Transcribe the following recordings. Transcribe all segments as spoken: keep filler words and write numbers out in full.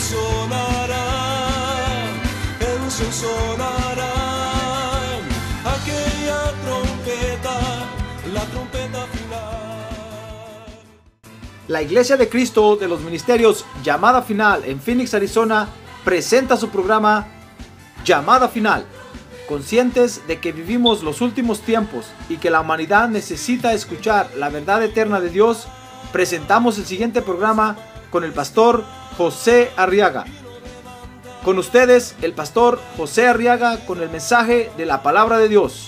sonará, eso sonará, aquella trompeta, la trompeta final. La Iglesia de Cristo de los Ministerios Llamada Final en Phoenix, Arizona, presenta su programa Llamada Final. Conscientes de que vivimos los últimos tiempos y que la humanidad necesita escuchar la verdad eterna de Dios, presentamos el siguiente programa con el pastor José Arriaga. Con ustedes, el pastor José Arriaga, con el mensaje de la palabra de Dios.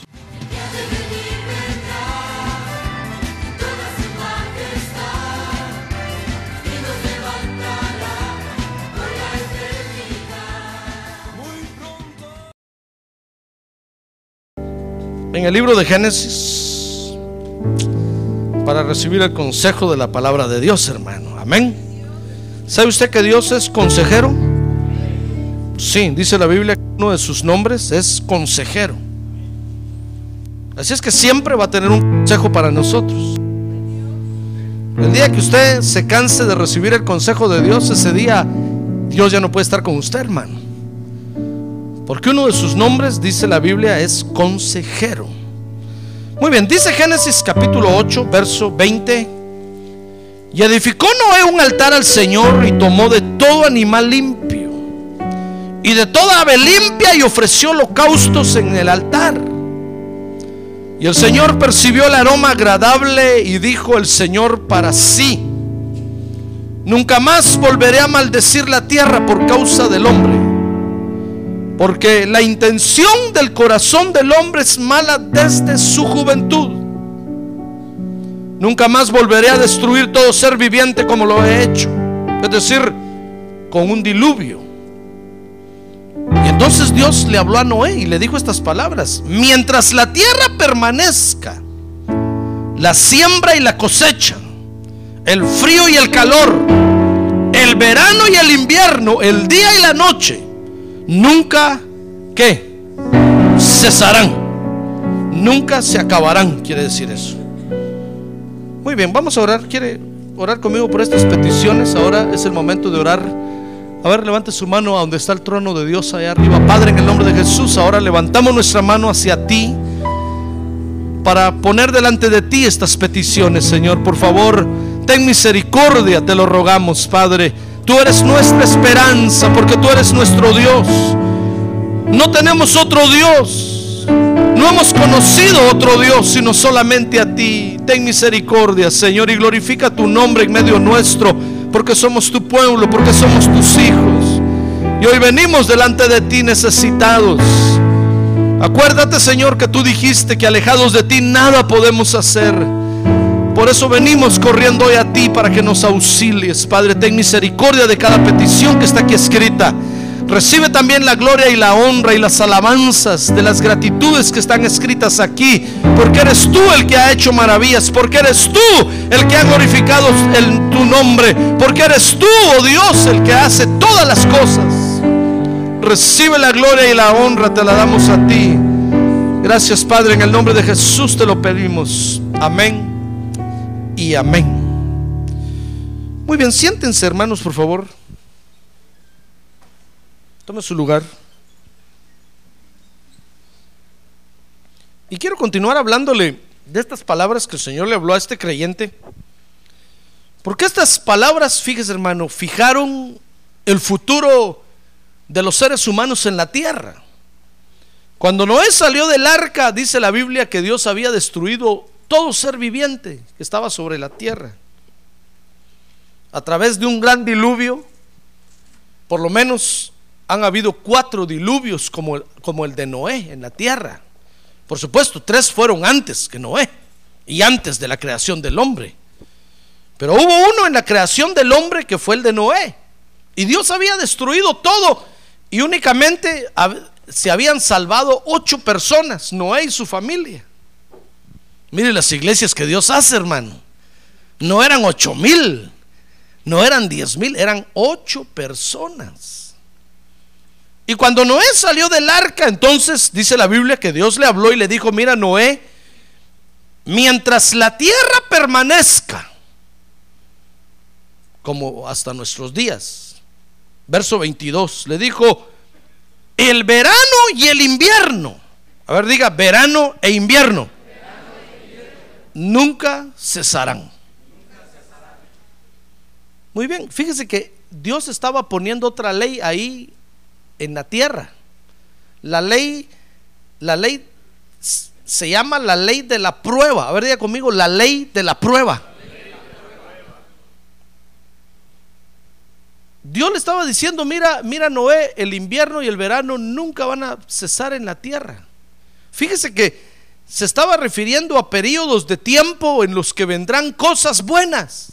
En el libro de Génesis, para recibir el consejo de la palabra de Dios, hermano. Amén. ¿Sabe usted que Dios es consejero? Sí, dice la Biblia que uno de sus nombres es consejero. Así es que siempre va a tener un consejo para nosotros. El día que usted se canse de recibir el consejo de Dios, ese día Dios ya no puede estar con usted, hermano. Porque uno de sus nombres, dice la Biblia, es consejero. Muy bien, dice Génesis capítulo ocho, verso veinte. Y edificó Noé un altar al Señor, y tomó de todo animal limpio y de toda ave limpia, y ofreció holocaustos en el altar. Y el Señor percibió el aroma agradable, y dijo el Señor para sí: nunca más volveré a maldecir la tierra por causa del hombre, porque la intención del corazón del hombre es mala desde su juventud. Nunca más volveré a destruir todo ser viviente como lo he hecho, es decir, con un diluvio. Y entonces Dios le habló a Noé y le dijo estas palabras: mientras la tierra permanezca, la siembra y la cosecha, el frío y el calor, el verano y el invierno, el día y la noche, nunca, ¿qué? Cesarán, nunca se acabarán, quiere decir eso. Muy bien, vamos a orar. ¿Quiere orar conmigo por estas peticiones? Ahora es el momento de orar. A ver, levante su mano a donde está el trono de Dios allá arriba. Padre, en el nombre de Jesús, ahora levantamos nuestra mano hacia ti para poner delante de ti estas peticiones, Señor. Por favor, ten misericordia, te lo rogamos, Padre. Tú eres nuestra esperanza, porque tú eres nuestro Dios. No tenemos otro Dios, no hemos conocido otro Dios sino solamente a ti. Ten misericordia, Señor, y glorifica tu nombre en medio nuestro, porque somos tu pueblo, porque somos tus hijos. Y hoy venimos delante de ti necesitados. Acuérdate, Señor, que tú dijiste que alejados de ti nada podemos hacer. Por eso venimos corriendo hoy a ti para que nos auxilies. Padre, ten misericordia de cada petición que está aquí escrita. Recibe también la gloria y la honra y las alabanzas de las gratitudes que están escritas aquí, porque eres tú el que ha hecho maravillas, porque eres tú el que ha glorificado el, tu nombre, porque eres tú, oh Dios, el que hace todas las cosas. Recibe la gloria y la honra, te la damos a ti. Gracias, Padre, en el nombre de Jesús te lo pedimos. Amén y amén. Muy bien, siéntense, hermanos, por favor. Tome su lugar. Y quiero continuar hablándole de estas palabras que el Señor le habló a este creyente, porque estas palabras, fíjese, hermano, fijaron el futuro de los seres humanos en la tierra. Cuando Noé salió del arca, dice la Biblia que Dios había destruido todo ser viviente que estaba sobre la tierra. A través de un gran diluvio, por lo menos han habido cuatro diluvios como el, como el de Noé en la tierra. Por supuesto, tres fueron antes que Noé y antes de la creación del hombre. Pero hubo uno en la creación del hombre que fue el de Noé. Y Dios había destruido todo, y únicamente se habían salvado ocho personas, Noé y su familia. Mire las iglesias que Dios hace, hermano. No eran ocho mil, no eran diez mil, eran ocho personas. Y cuando Noé salió del arca, entonces dice la Biblia que Dios le habló y le dijo: mira, Noé, mientras la tierra permanezca, como hasta nuestros días, verso veintidós, le dijo: el verano y el invierno, a ver, diga, verano e invierno, verano e invierno. Nunca cesarán. Muy bien, fíjese que Dios estaba poniendo otra ley ahí en la tierra. La ley, la ley se llama la ley de la prueba. A ver, diga conmigo, la ley de la prueba. Dios le estaba diciendo: mira, mira Noé, el invierno y el verano nunca van a cesar en la tierra. Fíjese que se estaba refiriendo a periodos de tiempo en los que vendrán cosas buenas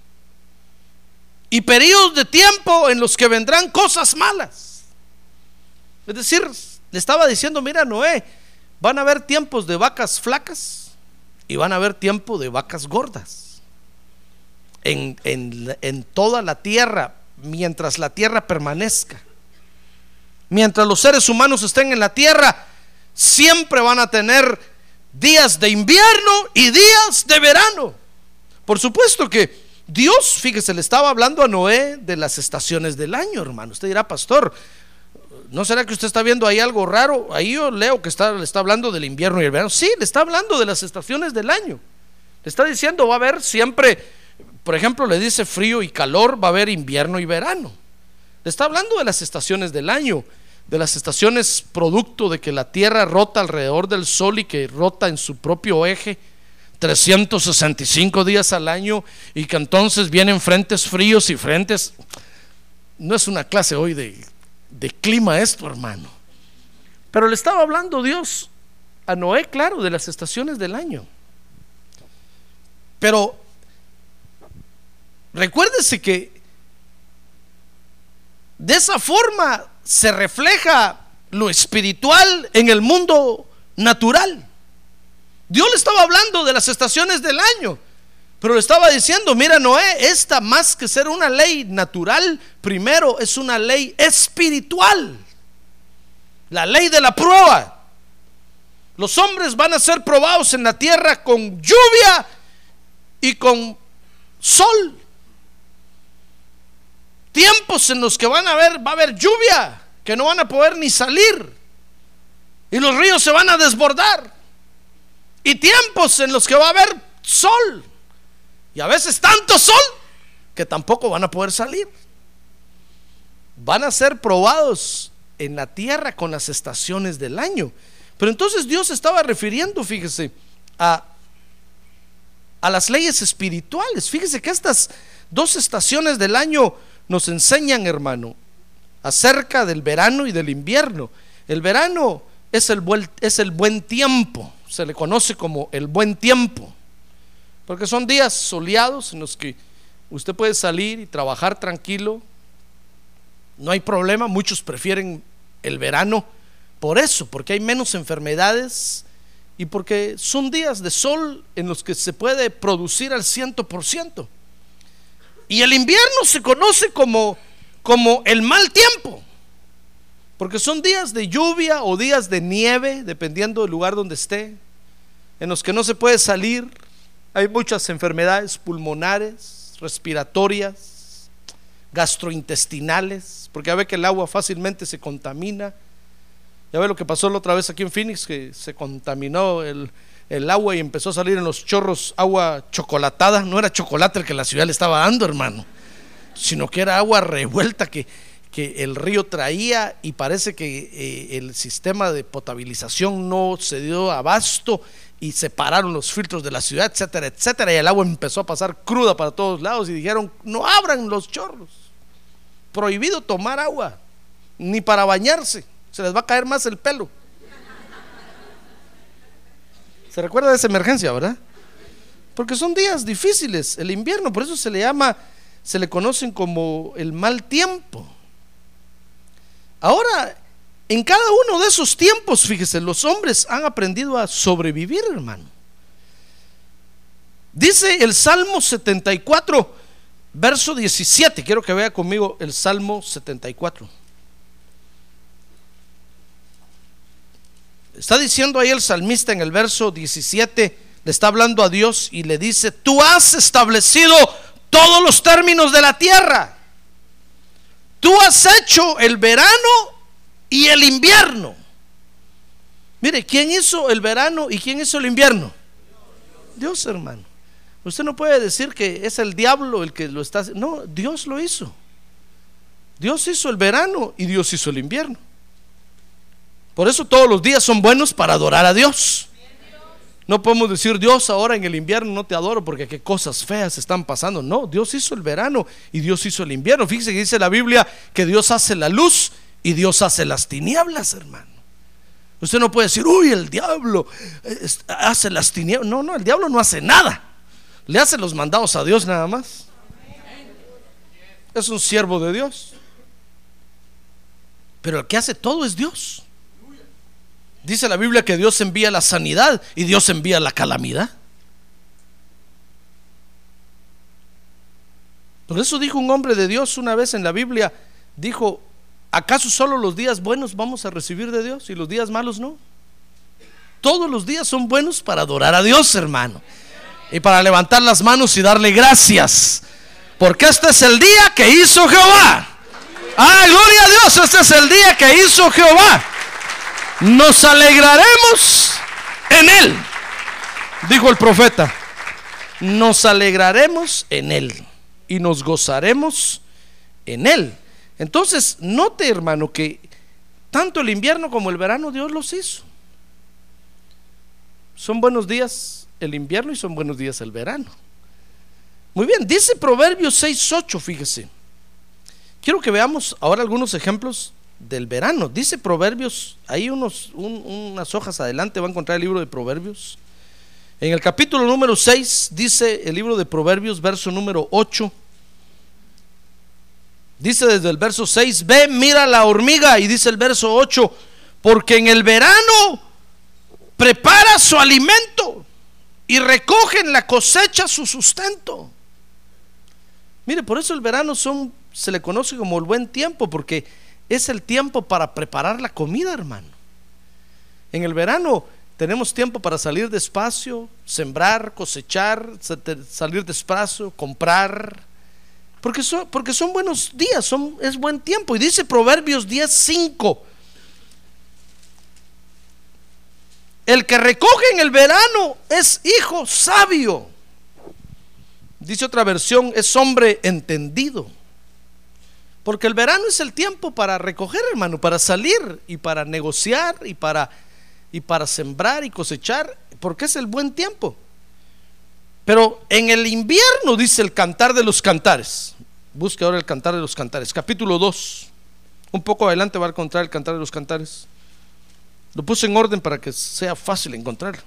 y periodos de tiempo en los que vendrán cosas malas. Es decir, le estaba diciendo: mira Noé, van a haber tiempos de vacas flacas y van a haber tiempo de vacas gordas en, en, en toda la tierra. Mientras la tierra permanezca, mientras los seres humanos estén en la tierra, siempre van a tener días de invierno y días de verano. Por supuesto que Dios, fíjese, le estaba hablando a Noé de las estaciones del año, hermano. Usted dirá: pastor, ¿no será que usted está viendo ahí algo raro? Ahí yo leo que está, le está hablando del invierno y el verano. Sí, le está hablando de las estaciones del año. Le está diciendo: va a haber siempre, por ejemplo, le dice frío y calor, va a haber invierno y verano. Le está hablando de las estaciones del año, de las estaciones producto de que la tierra rota alrededor del sol y que rota en su propio eje trescientos sesenta y cinco días al año, y que entonces vienen frentes fríos y frentes. No es una clase hoy de, de clima esto, hermano, pero le estaba hablando Dios a Noé, claro, de las estaciones del año. Pero recuérdese que de esa forma se refleja lo espiritual en el mundo natural. Dios le estaba hablando de las estaciones del año, pero le estaba diciendo: mira Noé, esta, más que ser una ley natural, primero es una ley espiritual, la ley de la prueba. Los hombres van a ser probados en la tierra con lluvia y con sol. Tiempos en los que van a haber, va a haber lluvia, que no van a poder ni salir, y los ríos se van a desbordar. Y tiempos en los que va a haber sol, y a veces tanto sol que tampoco van a poder salir. Van a ser probados en la tierra con las estaciones del año. Pero entonces Dios estaba refiriendo, fíjese, a, a las leyes espirituales. Fíjese que estas dos estaciones del año nos enseñan, hermano, acerca del verano y del invierno. El verano es el buen, es el buen tiempo, se le conoce como el buen tiempo, porque son días soleados en los que usted puede salir y trabajar tranquilo, no hay problema. Muchos prefieren el verano por eso, porque hay menos enfermedades y porque son días de sol en los que se puede producir al ciento por ciento. Y el invierno se conoce como, como el mal tiempo, porque son días de lluvia o días de nieve, dependiendo del lugar donde esté, en los que no se puede salir. Hay muchas enfermedades pulmonares, respiratorias, gastrointestinales, porque ya ve que el agua fácilmente se contamina. Ya ve lo que pasó la otra vez aquí en Phoenix, que se contaminó el, el agua y empezó a salir en los chorros agua chocolatada. No era chocolate el que la ciudad le estaba dando, hermano, sino que era agua revuelta que, que el río traía, y parece que eh, el sistema de potabilización no se dio abasto y separaron los filtros de la ciudad, etcétera, etcétera, y el agua empezó a pasar cruda para todos lados, y dijeron: no abran los chorros, prohibido tomar agua, ni para bañarse, se les va a caer más el pelo. ¿Se recuerda de esa emergencia, verdad? Porque son días difíciles, el invierno, por eso se le llama, se le conocen como el mal tiempo. Ahora, en cada uno de esos tiempos, fíjese, los hombres han aprendido a sobrevivir, hermano. Dice el Salmo setenta y cuatro, verso diecisiete. Quiero que vea conmigo el Salmo setenta y cuatro. Está diciendo ahí el salmista en el verso diecisiete, le está hablando a Dios y le dice: tú has establecido todos los términos de la tierra, Tú has hecho el verano y el invierno. Mire, ¿quién hizo el verano y quién hizo el invierno? Dios, hermano. Usted no puede decir que es el diablo el que lo está haciendo. No, Dios lo hizo. Dios hizo el verano y Dios hizo el invierno. Por eso todos los días son buenos para adorar a Dios. No podemos decir, Dios, ahora en el invierno no te adoro porque qué cosas feas están pasando. No, Dios hizo el verano y Dios hizo el invierno. Fíjese que dice la Biblia que Dios hace la luz y Dios hace las tinieblas, hermano. Usted no puede decir, uy, el diablo hace las tinieblas. No, no, el diablo no hace nada. Le hace los mandados a Dios nada más. Es un siervo de Dios. Pero el que hace todo es Dios. Dice la Biblia que Dios envía la sanidad y Dios envía la calamidad. Por eso dijo un hombre de Dios una vez en la Biblia, dijo, ¿acaso solo los días buenos vamos a recibir de Dios y los días malos no? Todos los días son buenos para adorar a Dios, hermano, y para levantar las manos y darle gracias, porque este es el día que hizo Jehová. ¡Ah, gloria a Dios! Este es el día que hizo Jehová. Nos alegraremos en él, dijo el profeta. Nos alegraremos en él y nos gozaremos en él. Entonces, note, hermano, que tanto el invierno como el verano Dios los hizo. Son buenos días el invierno y son buenos días el verano. Muy bien, dice Proverbios seis ocho, fíjese. Quiero que veamos ahora algunos ejemplos del verano. Dice Proverbios, ahí unos, un, unas hojas adelante va a encontrar el libro de Proverbios. En el capítulo número seis dice el libro de Proverbios, verso número ocho. Dice desde el verso seis, ve, mira la hormiga, y dice el verso ocho, porque en el verano prepara su alimento y recoge en la cosecha su sustento. Mire, por eso el verano son, se le conoce como el buen tiempo, porque es el tiempo para preparar la comida, hermano. En el verano tenemos tiempo para salir despacio, sembrar, cosechar, salir despacio, comprar, porque son, porque son buenos días, son, es buen tiempo. Y dice Proverbios diez cinco, el que recoge en el verano es hijo sabio. Dice otra versión, es hombre entendido. Porque el verano es el tiempo para recoger, hermano, para salir y para negociar y para, y para sembrar y cosechar, porque es el buen tiempo. Pero en el invierno, dice el Cantar de los Cantares. Busque ahora el Cantar de los Cantares, capítulo dos. Un poco adelante va a encontrar el Cantar de los Cantares. Lo puse en orden para que sea fácil encontrarlo.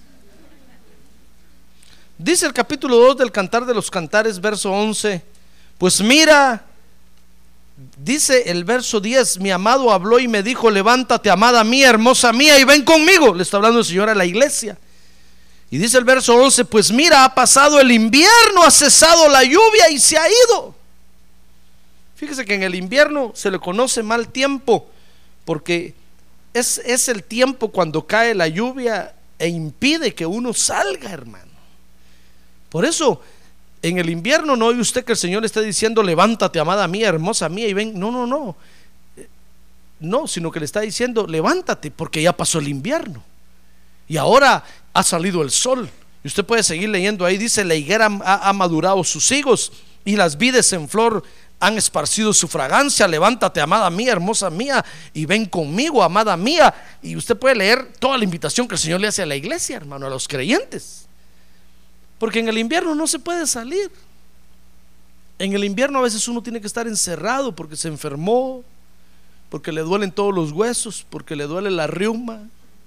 Dice el capítulo dos del Cantar de los Cantares, verso once, pues mira, dice el verso diez, mi amado habló y me dijo, levántate, amada mía, hermosa mía, y ven conmigo. Le está hablando el Señor a la iglesia. Y dice el verso once, pues mira, ha pasado el invierno, ha cesado la lluvia y se ha ido. Fíjese que en el invierno se le conoce mal tiempo, porque es, es el tiempo cuando cae la lluvia e impide que uno salga, hermano. Por eso en el invierno no oye usted que el Señor le esté diciendo, levántate, amada mía, hermosa mía, y ven. No, no, no. No, sino que le está diciendo, levántate, porque ya pasó el invierno y ahora ha salido el sol. Y usted puede seguir leyendo ahí, dice, la higuera ha, ha madurado sus higos y las vides en flor han esparcido su fragancia. Levántate, amada mía, hermosa mía, y ven conmigo, amada mía. Y usted puede leer toda la invitación que el Señor le hace a la iglesia, hermano, a los creyentes. Porque en el invierno no se puede salir. En el invierno a veces uno tiene que estar encerrado porque se enfermó, porque le duelen todos los huesos, porque le duele la reuma,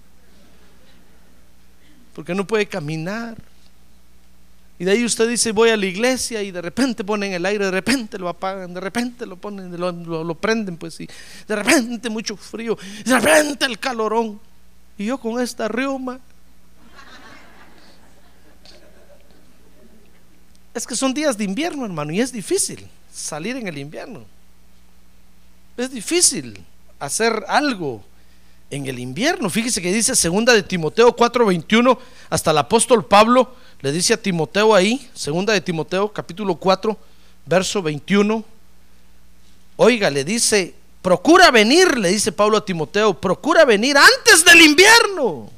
porque no puede caminar. Y de ahí usted dice, voy a la iglesia, y de repente ponen el aire, de repente lo apagan, de repente lo ponen, lo, lo, lo prenden, pues, y de repente mucho frío, de repente el calorón, y yo con esta reuma. Es que son días de invierno, hermano, y es difícil salir en el invierno. Es difícil hacer algo en el invierno. Fíjese que dice segunda de Timoteo cuatro veintiuno, hasta el apóstol Pablo le dice a Timoteo ahí, segunda de Timoteo capítulo cuatro verso veintiuno, Oiga, le dice, procura venir, le dice Pablo a Timoteo, procura venir antes del invierno.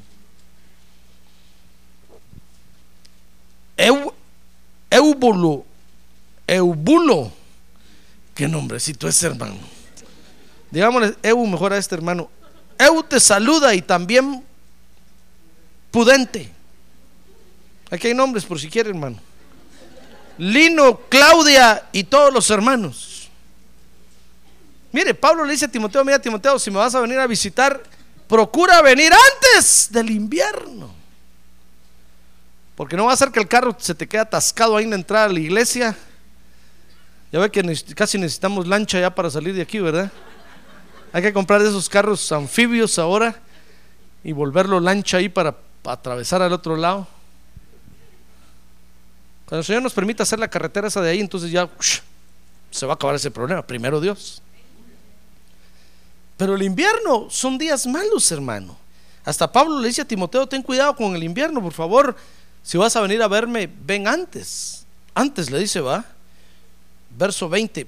Eu, Eubulo, Eubulo, qué nombrecito es, hermano. Digámosle Eu mejor a este hermano. Eu te saluda y también Pudente. Aquí hay nombres por si quiere, hermano. Lino, Claudia y todos los hermanos. Mire, Pablo le dice a Timoteo, mira Timoteo, si me vas a venir a visitar, procura venir antes del invierno, porque no va a ser que el carro se te quede atascado ahí en la entrada a la iglesia. Ya ve que casi necesitamos lancha ya para salir de aquí, ¿verdad? Hay que comprar esos carros anfibios ahora y volverlo lancha ahí para, para atravesar al otro lado. Cuando el Señor nos permita hacer la carretera esa de ahí, entonces ya ush, se va a acabar ese problema. Primero Dios. Pero el invierno son días malos, hermano. Hasta Pablo le dice a Timoteo, ten cuidado con el invierno, por favor. Si vas a venir a verme, ven antes. Antes le dice, va. Verso veinte,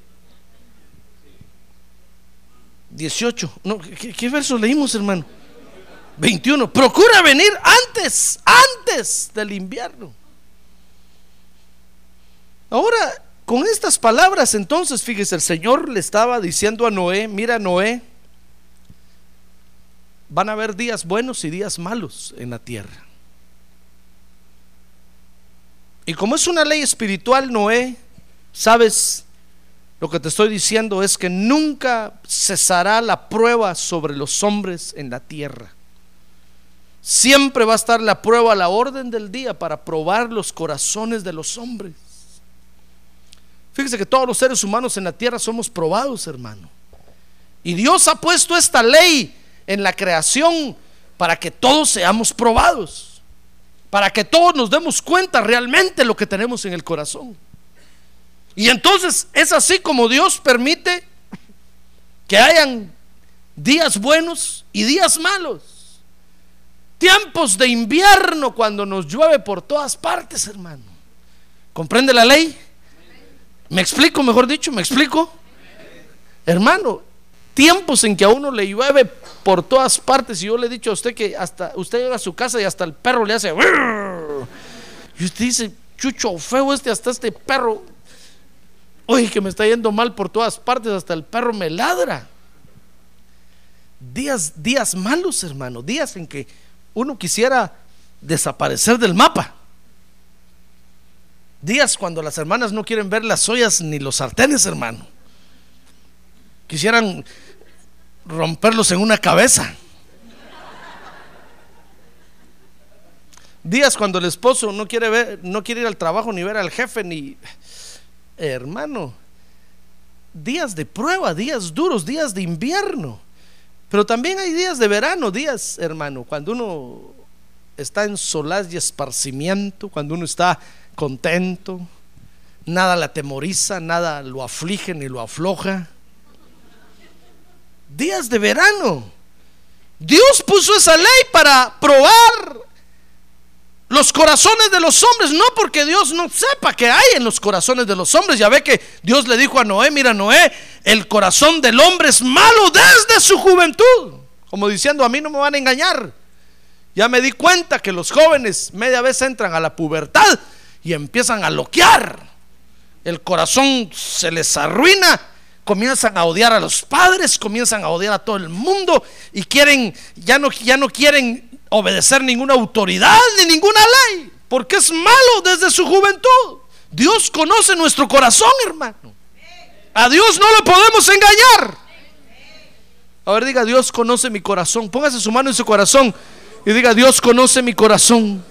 dieciocho. No, ¿qué, qué verso leímos, hermano? veintiuno. Procura venir antes, antes del invierno. Ahora, con estas palabras, entonces, fíjese, el Señor le estaba diciendo a Noé, mira Noé, van a haber días buenos y días malos en la tierra. Y como es una ley espiritual, Noé, sabes, lo que te estoy diciendo es que nunca cesará la prueba sobre los hombres en la tierra. Siempre va a estar la prueba a la orden del día para probar los corazones de los hombres. Fíjese que todos los seres humanos en la tierra somos probados, hermano. Y Dios ha puesto esta ley en la creación para que todos seamos probados, para que todos nos demos cuenta realmente lo que tenemos en el corazón. Y entonces es así como Dios permite que hayan días buenos y días malos, tiempos de invierno cuando nos llueve por todas partes, hermano. ¿Comprende la ley? ¿Me explico, mejor dicho? ¿Me explico? Hermano, tiempos en que a uno le llueve por todas partes, y yo le he dicho a usted que hasta usted llega a su casa y hasta el perro le hace y usted dice, chucho feo este, hasta este perro, oye, que me está yendo mal por todas partes, hasta el perro me ladra. Días, días malos, hermano, días en que uno quisiera desaparecer del mapa. Días cuando las hermanas no quieren ver las ollas ni los sartenes, hermano. Quisieran romperlos en una cabeza. Días cuando el esposo no quiere ver, no quiere ir al trabajo ni ver al jefe ni, hermano, días de prueba, días duros, días de invierno. Pero también hay días de verano, días, hermano, cuando uno está en solaz y esparcimiento, cuando uno está contento, nada le atemoriza, nada lo aflige ni lo afloja. Días de verano. Dios puso esa ley para probar los corazones de los hombres, no porque Dios no sepa que hay en los corazones de los hombres. Ya ve que Dios le dijo a Noé, mira Noé, el corazón del hombre es malo desde su juventud, como diciendo, a mí no me van a engañar. Ya me di cuenta que los jóvenes media vez entran a la pubertad y empiezan a loquear, el corazón se les arruina, comienzan a odiar a los padres, comienzan a odiar a todo el mundo y quieren, ya no, ya no quieren obedecer ninguna autoridad ni ninguna ley, porque es malo desde su juventud. Dios conoce nuestro corazón, hermano. A Dios no lo podemos engañar. A ver, diga, Dios conoce mi corazón. Póngase su mano en su corazón y diga, Dios conoce mi corazón.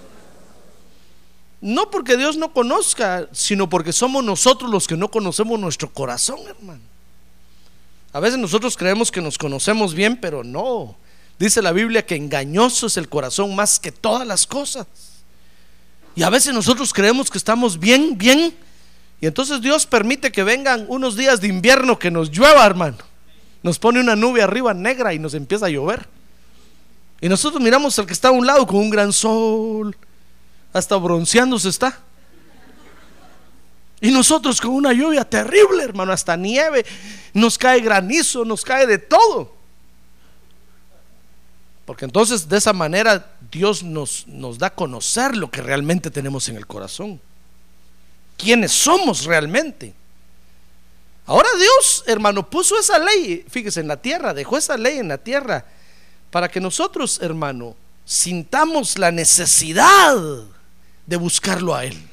No porque Dios no conozca, sino porque somos nosotros los que no conocemos nuestro corazón, hermano. A veces nosotros creemos que nos conocemos bien, pero no. Dice la Biblia que engañoso es el corazón más que todas las cosas. Y a veces nosotros creemos que estamos bien, bien, y entonces Dios permite que vengan unos días de invierno que nos llueva, hermano. Nos pone una nube arriba negra y nos empieza a llover. Y nosotros miramos al que está a un lado con un gran sol, hasta bronceándose está. Y nosotros con una lluvia terrible, hermano, hasta nieve, nos cae granizo, nos cae de todo. Porque entonces de esa manera Dios nos, nos da a conocer lo que realmente tenemos en el corazón, quiénes somos realmente. Ahora Dios, hermano, puso esa ley, fíjese, en la tierra, dejó esa ley en la tierra para que nosotros, hermano, sintamos la necesidad de buscarlo a Él.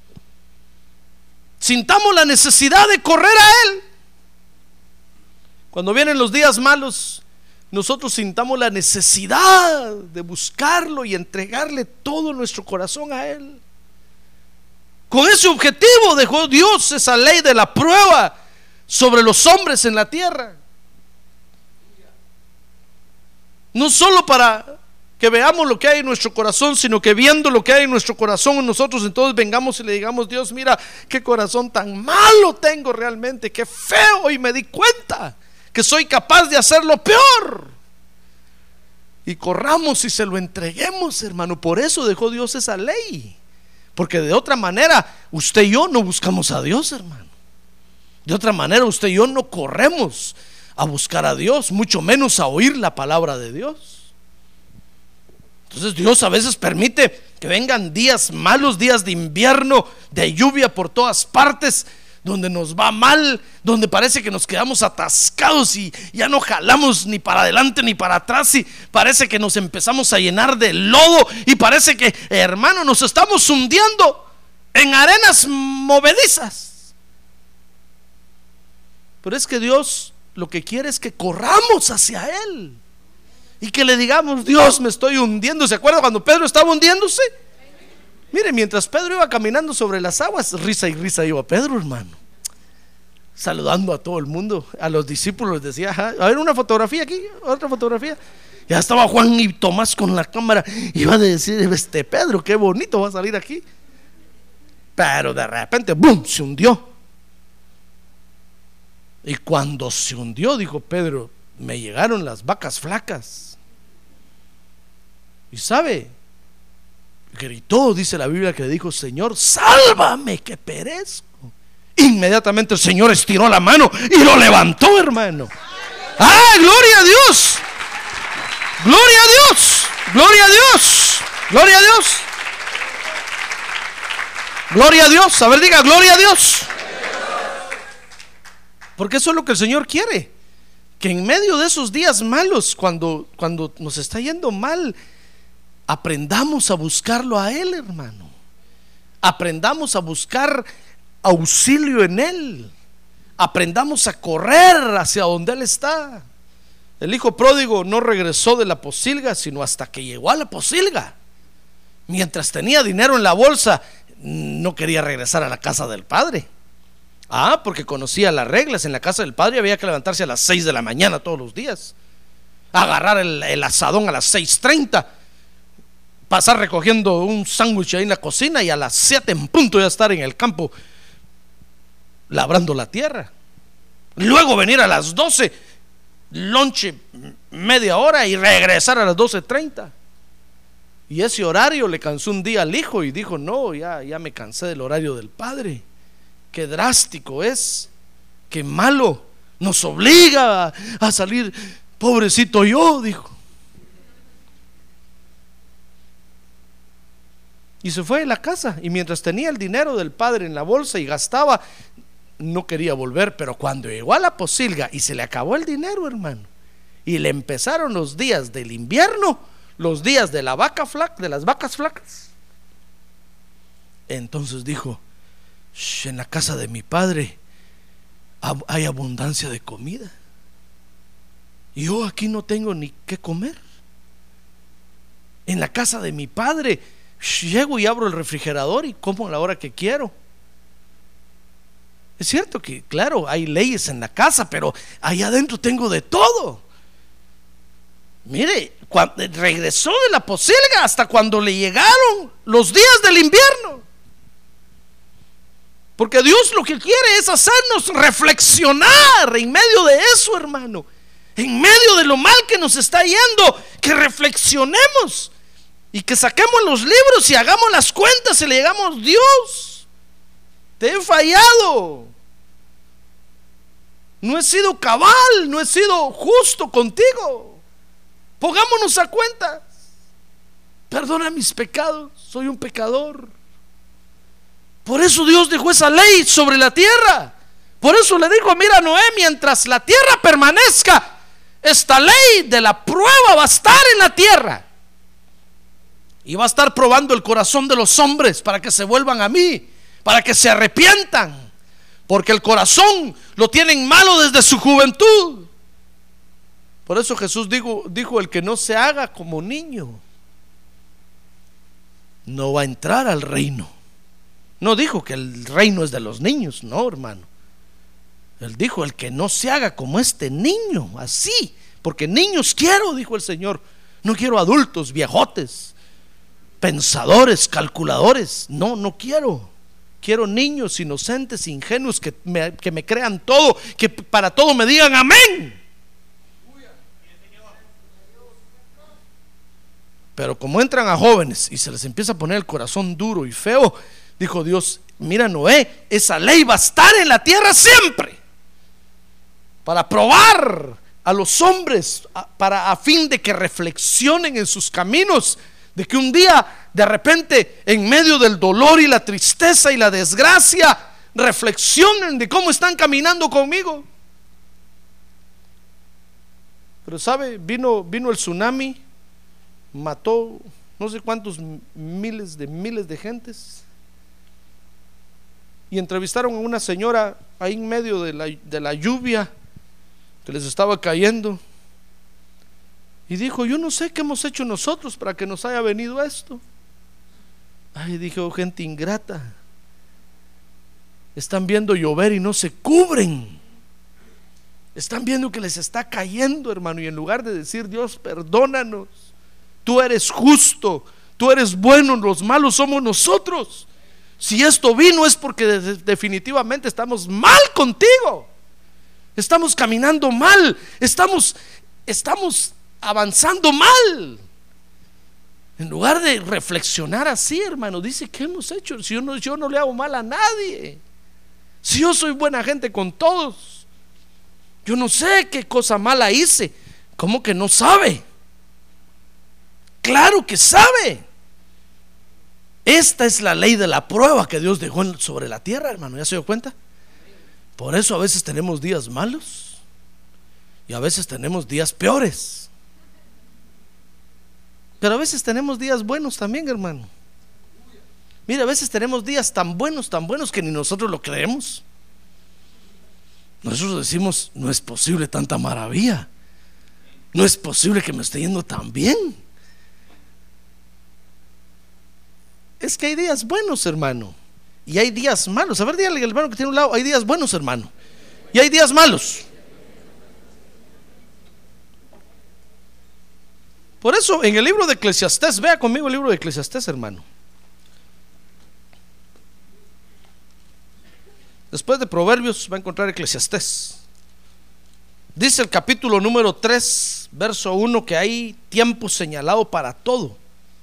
Sintamos la necesidad de correr a Él. Cuando vienen los días malos, nosotros sintamos la necesidad de buscarlo y entregarle todo nuestro corazón a Él. Con ese objetivo dejó Dios esa ley de la prueba sobre los hombres en la tierra. No solo para que veamos lo que hay en nuestro corazón, sino que viendo lo que hay en nuestro corazón, nosotros entonces vengamos y le digamos: Dios, mira qué corazón tan malo tengo realmente, qué feo, y me di cuenta que soy capaz de hacer lo peor. Y corramos y se lo entreguemos, hermano. Por eso dejó Dios esa ley, porque de otra manera usted y yo no buscamos a Dios, hermano. De otra manera usted y yo no corremos a buscar a Dios, mucho menos a oír la palabra de Dios. Entonces Dios a veces permite que vengan días malos, días de invierno, de lluvia por todas partes, donde nos va mal, donde parece que nos quedamos atascados y ya no jalamos ni para adelante ni para atrás, y parece que nos empezamos a llenar de lodo, y parece que, hermano, nos estamos hundiendo en arenas movedizas. Pero es que Dios lo que quiere es que corramos hacia Él y que le digamos: Dios, me estoy hundiendo. ¿Se acuerda cuando Pedro estaba hundiéndose? Mire, mientras Pedro iba caminando sobre las aguas, risa y risa iba Pedro, hermano, saludando a todo el mundo. A los discípulos les decía: a ver, una fotografía aquí, otra fotografía. Ya estaba Juan y Tomás con la cámara, iba a decir: este Pedro, qué bonito va a salir aquí. Pero de repente, ¡boom!, se hundió. Y cuando se hundió, dijo Pedro: me llegaron las vacas flacas. Y sabe, gritó, dice la Biblia, que le dijo: Señor, sálvame que perezco. Inmediatamente el Señor estiró la mano y lo levantó, hermano. ¡Ah, gloria a Dios! ¡Gloria a Dios! ¡Gloria a Dios! ¡Gloria a Dios! ¡Gloria a Dios! A ver, diga: ¡gloria a Dios! Porque eso es lo que el Señor quiere, que en medio de esos días malos, cuando, cuando nos está yendo mal, aprendamos a buscarlo a Él, hermano. Aprendamos a buscar auxilio en Él. Aprendamos a correr hacia donde Él está. El hijo pródigo no regresó de la posilga, sino hasta que llegó a la posilga. Mientras tenía dinero en la bolsa, no quería regresar a la casa del padre. Ah, porque conocía las reglas. En la casa del padre había que levantarse a las seis de la mañana todos los días, agarrar el, el asadón a las seis treinta, pasar recogiendo un sándwich ahí en la cocina, y a las siete en punto ya estar en el campo labrando la tierra. Luego venir a las doce, lonche media hora, y regresar a las doce treinta. Y ese horario le cansó un día al hijo y dijo: no, ya, ya me cansé del horario del padre. Qué drástico es, qué malo, nos obliga a, a salir. Pobrecito yo, dijo. Y se fue de la casa, y mientras tenía el dinero del padre en la bolsa y gastaba, no quería volver. Pero cuando llegó a la posilga y se le acabó el dinero, hermano, y le empezaron los días del invierno, los días de la vaca flaca, de las vacas flacas, entonces dijo: en la casa de mi padre hay abundancia de comida, y yo aquí no tengo ni qué comer. En la casa de mi padre llego y abro el refrigerador y como a la hora que quiero. Es cierto que, claro, hay leyes en la casa, pero allá adentro tengo de todo. Mire, cuando regresó de la posilga hasta cuando le llegaron los días del invierno. Porque Dios lo que quiere es hacernos reflexionar en medio de eso, hermano. En medio de lo mal que nos está yendo, que reflexionemos y que saquemos los libros y hagamos las cuentas y le digamos: Dios, te he fallado, no he sido cabal, no he sido justo contigo. Pongámonos a cuentas. Perdona mis pecados, soy un pecador. Por eso Dios dejó esa ley sobre la tierra. Por eso le dijo, mira Noé, mientras la tierra permanezca, esta ley de la prueba va a estar en la tierra. Y va a estar probando el corazón de los hombres para que se vuelvan a mí, para que se arrepientan, porque el corazón lo tienen malo desde su juventud. Por eso Jesús dijo, dijo el que no se haga como niño no va a entrar al reino. No dijo que el reino es de los niños, no, hermano. Él dijo, el que no se haga como este niño, así, porque niños quiero, dijo el Señor. No quiero adultos, viejotes, pensadores, calculadores. No, no quiero. Quiero niños inocentes, ingenuos, que me, que me crean todo, que para todo me digan amén. Pero como entran a jóvenes y se les empieza a poner el corazón duro y feo, dijo Dios, mira Noé, esa ley va a estar en la tierra siempre, para probar a los hombres, a, para a fin de que reflexionen en sus caminos, de que un día de repente en medio del dolor y la tristeza y la desgracia reflexionen de cómo están caminando conmigo. Pero sabe, vino, vino el tsunami, mató no sé cuántos miles de miles de gentes, y entrevistaron a una señora ahí en medio de la, de la lluvia que les estaba cayendo, y dijo, yo no sé qué hemos hecho nosotros para que nos haya venido esto. Ay, dijo, gente ingrata, están viendo llover y no se cubren, están viendo que les está cayendo, hermano, y en lugar de decir, Dios, perdónanos, tú eres justo, tú eres bueno, los malos somos nosotros. Si esto vino es porque de- definitivamente estamos mal contigo, estamos caminando mal, estamos, estamos avanzando mal. En lugar de reflexionar así, hermano, dice, ¿qué hemos hecho? Si yo no, yo no le hago mal a nadie, si yo soy buena gente con todos, yo no sé qué cosa mala hice. ¿Cómo que no sabe? Claro que sabe. Esta es la ley de la prueba que Dios dejó sobre la tierra, hermano. ¿Ya se dio cuenta? Por eso a veces tenemos días malos y a veces tenemos días peores, pero a veces tenemos días buenos también, hermano. Mira, a veces tenemos días tan buenos, tan buenos que ni nosotros lo creemos. Nosotros decimos, no es posible tanta maravilla, no es posible que me esté yendo tan bien. Es que hay días buenos, hermano, y hay días malos. A ver, dígale al hermano que tiene un lado, hay días buenos, hermano, y hay días malos. Por eso en el libro de Eclesiastés, vea conmigo el libro de Eclesiastés, hermano. Después de Proverbios va a encontrar Eclesiastés. Dice el capítulo número tres, verso uno, que hay tiempo señalado para todo.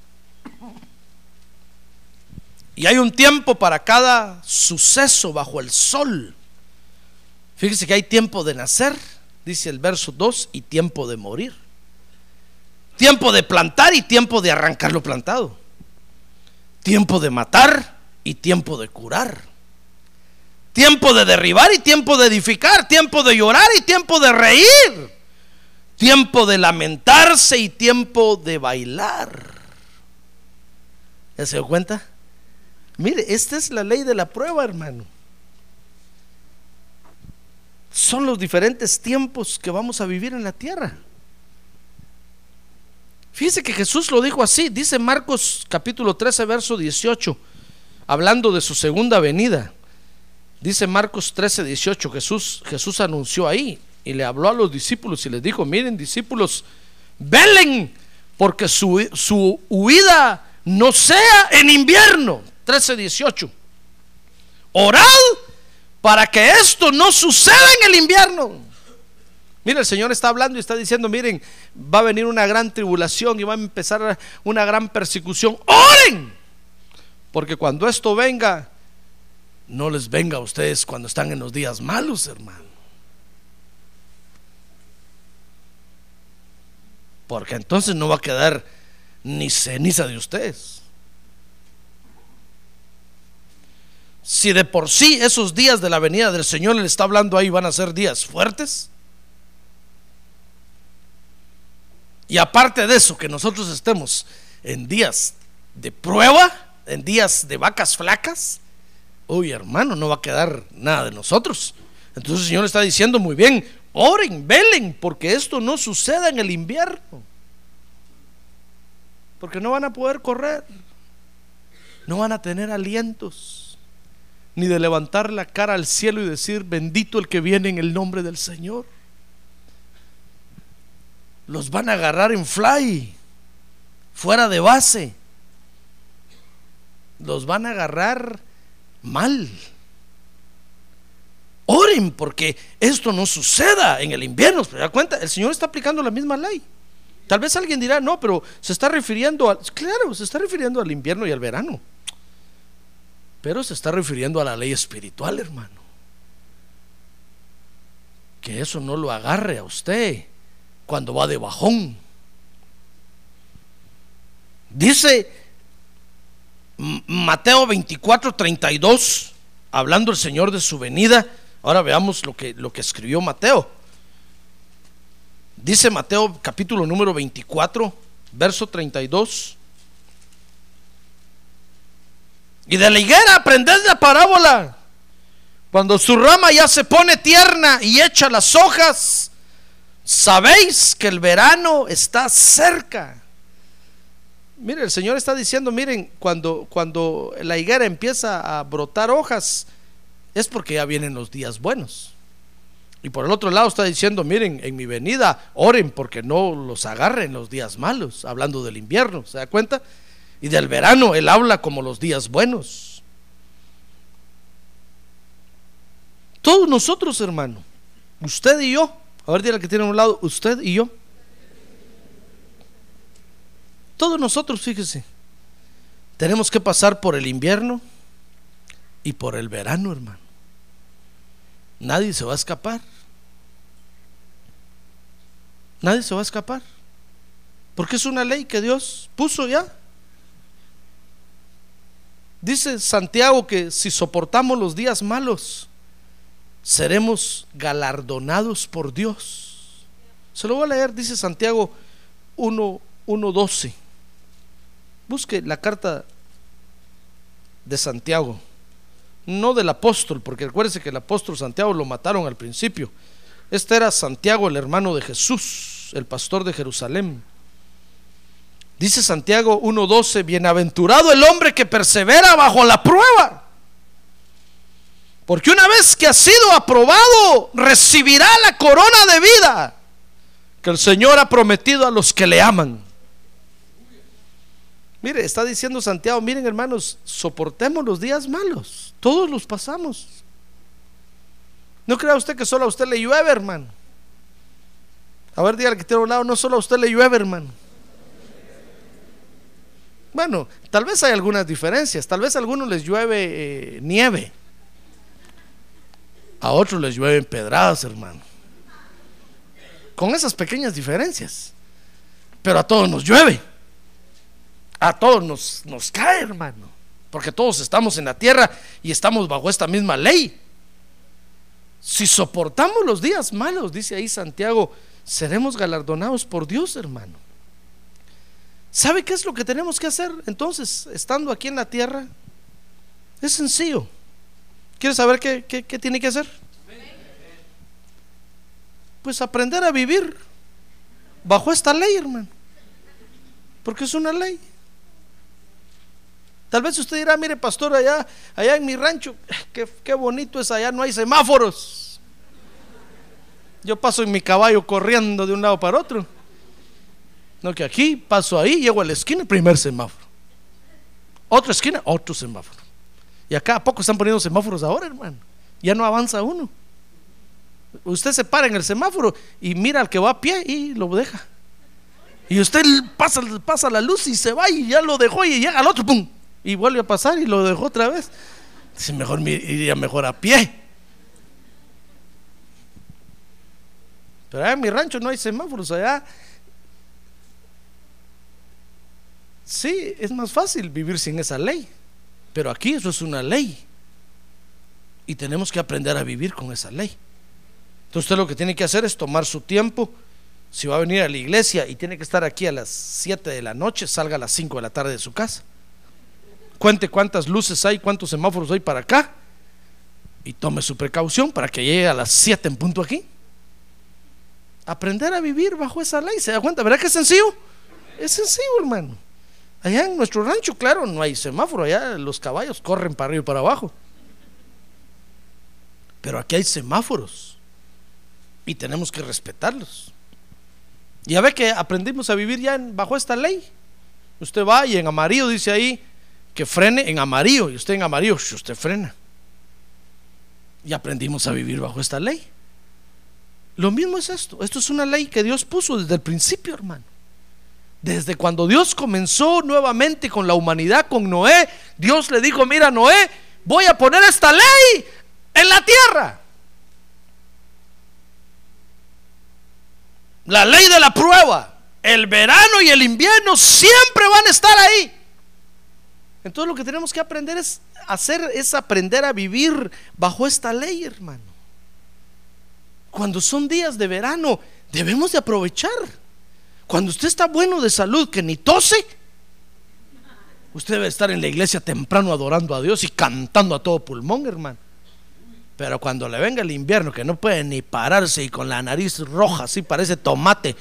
Y hay un tiempo para cada suceso bajo el sol. Fíjese que hay tiempo de nacer, dice el verso dos, y tiempo de morir. Tiempo de plantar y tiempo de arrancar lo plantado. Tiempo de matar y tiempo de curar. Tiempo de derribar y tiempo de edificar. Tiempo de llorar y tiempo de reír. Tiempo de lamentarse y tiempo de bailar. ¿Ya se dio cuenta? Mire, esta es la ley de la prueba, hermano. Son los diferentes tiempos que vamos a vivir en la tierra. Fíjese que Jesús lo dijo así. Dice Marcos capítulo trece, verso dieciocho, hablando de su segunda venida. Dice Marcos trece, dieciocho, Jesús, Jesús anunció ahí y le habló a los discípulos y les dijo, miren, discípulos, velen porque su, su huida no sea en invierno. Trece, dieciocho. Orad para que esto no suceda en el invierno. Mira, el Señor está hablando y está diciendo, miren, va a venir una gran tribulación y va a empezar una gran persecución. Oren, porque cuando esto venga no les venga a ustedes cuando están en los días malos, hermano. Porque entonces no va a quedar ni ceniza de ustedes. Si de por sí esos días de la venida del Señor le está hablando ahí van a ser días fuertes, y aparte de eso, que nosotros estemos en días de prueba, en días de vacas flacas, uy, hermano, no va a quedar nada de nosotros. Entonces el Señor está diciendo: muy bien, oren, velen, porque esto no suceda en el invierno, porque no van a poder correr, no van a tener alientos, ni de levantar la cara al cielo y decir: bendito el que viene en el nombre del Señor. Los van a agarrar en fly, fuera de base, los van a agarrar mal. Oren porque esto no suceda en el invierno. ¿Se da cuenta? El Señor está aplicando la misma ley. Tal vez alguien dirá: no, pero se está refiriendo a, claro, se está refiriendo al invierno y al verano, pero se está refiriendo a la ley espiritual, hermano. Que eso no lo agarre a usted cuando va de bajón. Dice Mateo veinticuatro, treinta y dos, hablando el Señor de su venida. Ahora veamos lo que, lo que escribió Mateo. Dice Mateo capítulo número veinticuatro, verso treinta y dos: y de la higuera aprended la parábola. Cuando su rama ya se pone tierna y echa las hojas, sabéis que el verano está cerca. Mire, el Señor está diciendo: miren, cuando, cuando la higuera empieza a brotar hojas, es porque ya vienen los días buenos. Y por el otro lado está diciendo: miren, en mi venida oren porque no los agarren los días malos, hablando del invierno. ¿Se da cuenta? Y del verano Él habla como los días buenos. Todos nosotros, hermano, usted y yo, a ver, dígale que tiene a un lado: usted y yo, todos nosotros, fíjese, tenemos que pasar por el invierno y por el verano, hermano. Nadie se va a escapar. Nadie se va a escapar, porque es una ley que Dios puso ya. Dice Santiago que si soportamos los días malos, seremos galardonados por Dios. Se lo voy a leer. Dice Santiago uno doce. Busque la carta de Santiago, no del apóstol, porque acuérdese que el apóstol Santiago lo mataron al principio. Este era Santiago, el hermano de Jesús, el pastor de Jerusalén. Dice Santiago uno doce: bienaventurado el hombre que persevera bajo la prueba, porque una vez que ha sido aprobado, recibirá la corona de vida que el Señor ha prometido a los que le aman. Mire, está diciendo Santiago: miren, hermanos, soportemos los días malos, todos los pasamos. No crea usted que solo a usted le llueve, hermano. A ver, dígale que tiene a un lado: no solo a usted le llueve, hermano. Bueno, tal vez hay algunas diferencias. Tal vez a algunos les llueve eh, nieve, a otros les llueven pedradas, hermano. Con esas pequeñas diferencias, pero a todos nos llueve, a todos nos, nos cae, hermano, porque todos estamos en la tierra y estamos bajo esta misma ley. Si soportamos los días malos, dice ahí Santiago, seremos galardonados por Dios, hermano. ¿Sabe qué es lo que tenemos que hacer entonces, estando aquí en la tierra? Es sencillo. ¿Quiere saber qué, qué, qué tiene que hacer? Pues aprender a vivir bajo esta ley, hermano, porque es una ley. Tal vez usted dirá: mire, pastor, allá, allá en mi rancho, qué, qué bonito es, allá no hay semáforos. Yo paso en mi caballo corriendo de un lado para otro. No, que aquí paso ahí, llego a la esquina, primer semáforo, otra esquina, otro semáforo. Y acá a poco están poniendo semáforos ahora, hermano. Ya no avanza uno. Usted se para en el semáforo y mira al que va a pie y lo deja. Y usted pasa, pasa la luz y se va y ya lo dejó y llega al otro, pum, y vuelve a pasar y lo dejó otra vez. Si mejor me iría mejor a pie. Pero allá en mi rancho no hay semáforos. Allá sí, es más fácil vivir sin esa ley. Pero aquí eso es una ley. Y tenemos que aprender a vivir con esa ley. Entonces usted lo que tiene que hacer es tomar su tiempo. Si va a venir a la iglesia y tiene que estar aquí a las siete de la noche, salga a las cinco de la tarde de su casa. Cuente cuántas luces hay, cuántos semáforos hay para acá, y tome su precaución para que llegue a las siete en punto aquí. Aprender a vivir bajo esa ley. ¿Se da cuenta? ¿Verdad que es sencillo? Es sencillo, hermano. Allá en nuestro rancho, claro, no hay semáforo. Allá los caballos corren para arriba y para abajo. Pero aquí hay semáforos y tenemos que respetarlos. Ya ve que aprendimos a vivir ya en, bajo esta ley. Usted va y en amarillo dice ahí que frene en amarillo, y usted en amarillo, usted frena. Y aprendimos a vivir bajo esta ley. Lo mismo es esto. Esto es una ley que Dios puso desde el principio, hermano. Desde cuando Dios comenzó nuevamente con la humanidad, con Noé, Dios le dijo: mira, Noé, voy a poner esta ley en la tierra. La ley de la prueba. El verano y el invierno siempre van a estar ahí. Entonces lo que tenemos que aprender es hacer, es aprender a vivir bajo esta ley, hermano. Cuando son días de verano, debemos de aprovechar. Cuando usted está bueno de salud, que ni tose, usted debe estar en la iglesia temprano adorando a Dios y cantando a todo pulmón, hermano. Pero cuando le venga el invierno, que no puede ni pararse y con la nariz roja, así parece tomate,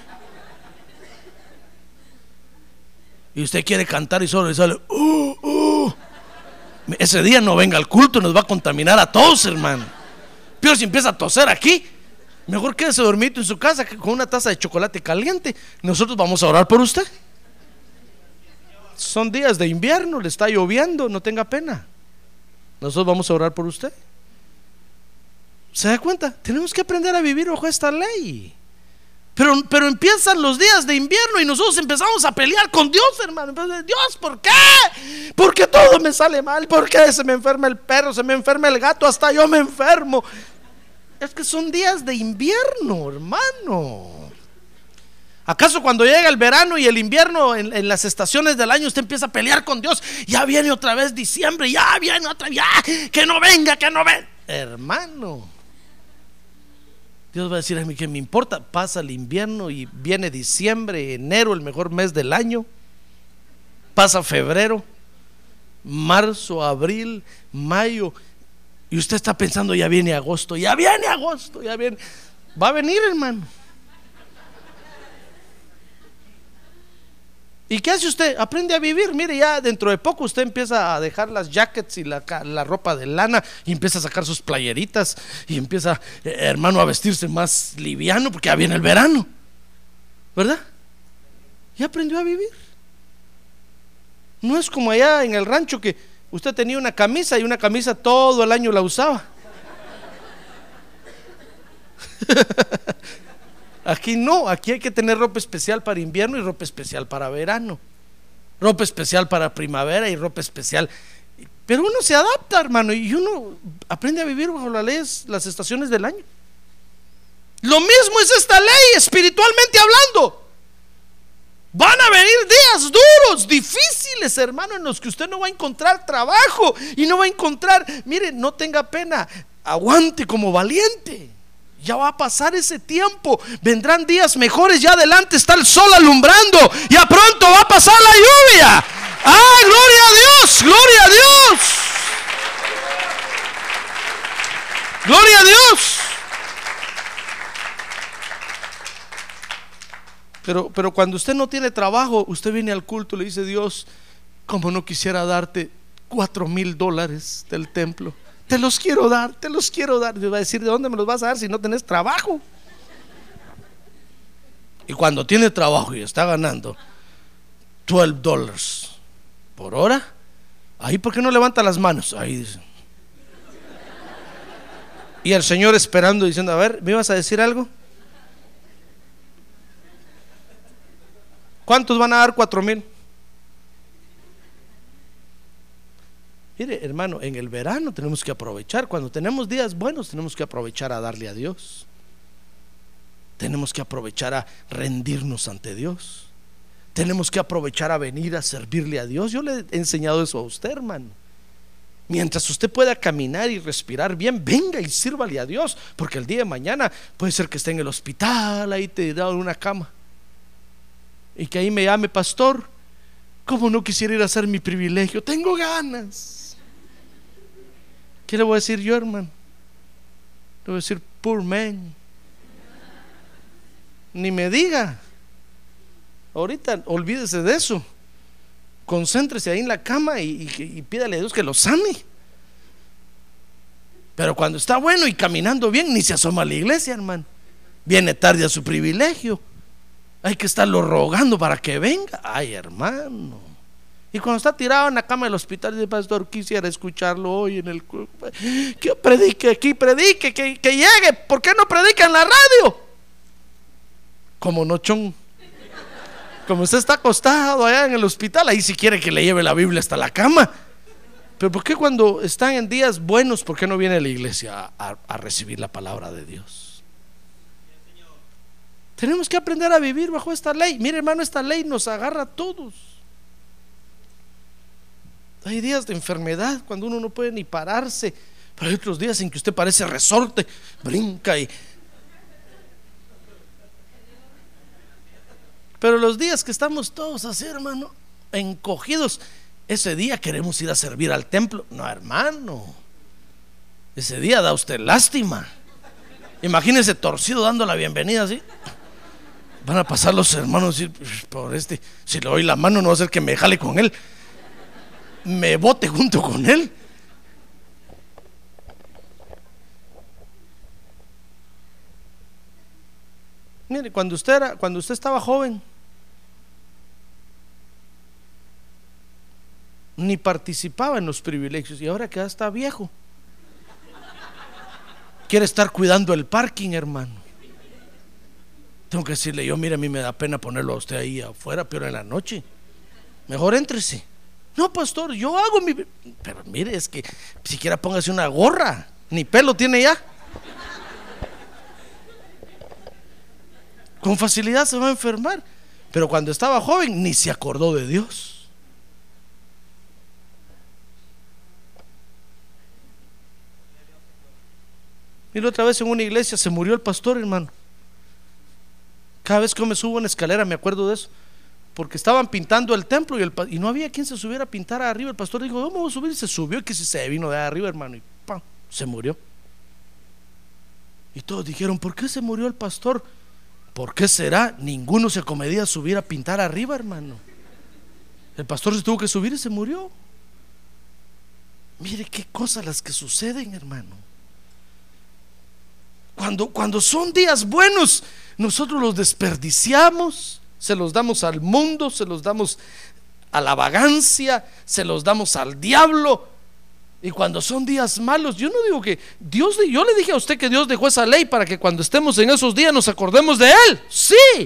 y usted quiere cantar y solo le sale uh, uh, ese día no venga al culto, nos va a contaminar a todos, hermano. Pero si empieza a toser aquí, mejor quédese dormido en su casa con una taza de chocolate caliente. Nosotros vamos a orar por usted. Son días de invierno, le está lloviendo, no tenga pena. Nosotros vamos a orar por usted. ¿Se da cuenta? Tenemos que aprender a vivir bajo esta ley. Pero, pero empiezan los días de invierno y nosotros empezamos a pelear con Dios, hermano. Dios, ¿por qué? Porque todo me sale mal. ¿Por qué se me enferma el perro? Se me enferma el gato, hasta yo me enfermo. Es que son días de invierno, hermano. ¿Acaso cuando llega el verano y el invierno en, en las estaciones del año usted empieza a pelear con Dios? Ya viene otra vez diciembre, ya viene otra vez, ya, que no venga, que no venga. Hermano, Dios va a decir a mí: que me importa, pasa el invierno y viene diciembre, enero, el mejor mes del año. Pasa febrero, marzo, abril, mayo, y usted está pensando: ya viene agosto, ya viene agosto, ya viene. Va a venir, hermano. ¿Y qué hace usted? Aprende a vivir. Mire, ya dentro de poco usted empieza a dejar las jackets y la, la ropa de lana, y empieza a sacar sus playeritas, y empieza, eh, hermano, a vestirse más liviano, porque ya viene el verano, ¿verdad? Ya aprendió a vivir. No es como allá en el rancho, que usted tenía una camisa y una camisa todo el año la usaba. Aquí no, aquí hay que tener ropa especial para invierno y ropa especial para verano, ropa especial para primavera y ropa especial. Pero uno se adapta, hermano, y uno aprende a vivir bajo las leyes, las estaciones del año. Lo mismo es esta ley, espiritualmente hablando. Van a venir días duros, difíciles, hermano, en los que usted no va a encontrar trabajo y no va a encontrar. Mire, no tenga pena, aguante como valiente. Ya va a pasar ese tiempo, vendrán días mejores, ya adelante está el sol alumbrando, ya pronto va a pasar la lluvia. ¡Ah, gloria a Dios! ¡Gloria a Dios! ¡Gloria a Dios! Pero, pero cuando usted no tiene trabajo, usted viene al culto y le dice: Dios, como no quisiera darte cuatro mil dólares del templo. Te los quiero dar, te los quiero dar. Dios va a decir: ¿de dónde me los vas a dar si no tenés trabajo? Y cuando tiene trabajo y está ganando doce dólares por hora, ahí, ¿por qué no levanta las manos? Ahí dice. Y el Señor esperando, diciendo: a ver, ¿me ibas a decir algo? ¿Cuántos van a dar cuatro mil? Mire, hermano, en el verano tenemos que aprovechar. Cuando tenemos días buenos, tenemos que aprovechar a darle a Dios. Tenemos que aprovechar a rendirnos ante Dios. Tenemos que aprovechar a venir a servirle a Dios. Yo le he enseñado eso a usted, hermano. Mientras usted pueda caminar y respirar bien, venga y sírvale a Dios, porque el día de mañana puede ser que esté en el hospital, ahí tirado en una cama, y que ahí me llame: pastor, ¿cómo no quisiera ir a hacer mi privilegio? Tengo ganas. ¿Qué le voy a decir yo, hermano? Le voy a decir: poor man. Ni me diga. Ahorita olvídese de eso. Concéntrese ahí en la cama y, y, y pídale a Dios que lo sane. Pero cuando está bueno y caminando bien, ni se asoma a la iglesia, hermano. Viene tarde a su privilegio. Hay que estarlo rogando para que venga. Ay, hermano. Y cuando está tirado en la cama del hospital, dice: pastor, quisiera escucharlo hoy en el... que predique aquí, predique, que, que llegue. ¿Por qué no predica en la radio? Como no, chon. Como usted está acostado allá en el hospital, ahí si quiere que le lleve la Biblia hasta la cama. Pero ¿por qué cuando están en días buenos, por qué no viene a la iglesia a, a, a recibir la palabra de Dios? Tenemos que aprender a vivir bajo esta ley. Mire, hermano, esta ley nos agarra a todos. Hay días de enfermedad cuando uno no puede ni pararse, pero hay otros días en que usted parece resorte, brinca y... Pero los días que estamos todos así, hermano, encogidos, ese día queremos ir a servir al templo. No, hermano, ese día da usted lástima. Imagínese torcido dando la bienvenida así. Van a pasar los hermanos y decir: por este, si le doy la mano no va a ser que me jale con él, me bote junto con él. Mire, cuando usted era, cuando usted estaba joven, ni participaba en los privilegios, y ahora que ya está viejo, quiere estar cuidando el parking, hermano. Tengo que decirle yo: mire, a mí me da pena ponerlo a usted ahí afuera, pero en la noche, mejor éntrese. No, pastor, yo hago mi... Pero mire, es que siquiera póngase una gorra, ni pelo tiene ya. Con facilidad se va a enfermar. Pero cuando estaba joven ni se acordó de Dios. Y la otra vez en una iglesia se murió el pastor, hermano. Cada vez que yo me subo en escalera me acuerdo de eso, porque estaban pintando el templo y, el, y no había quien se subiera a pintar arriba. El pastor dijo: yo me voy a subir, y se subió, y que si se vino de arriba, hermano, y ¡pam!, se murió. Y todos dijeron: ¿por qué se murió el pastor? ¿Por qué será? Ninguno se acomedía a subir a pintar arriba, hermano. El pastor se tuvo que subir y se murió. Mire qué cosas las que suceden, hermano. Cuando, cuando son días buenos, nosotros los desperdiciamos, se los damos al mundo, se los damos a la vagancia, se los damos al diablo. Y cuando son días malos, yo no digo que Dios, yo le dije a usted que Dios dejó esa ley para que cuando estemos en esos días nos acordemos de Él. Sí,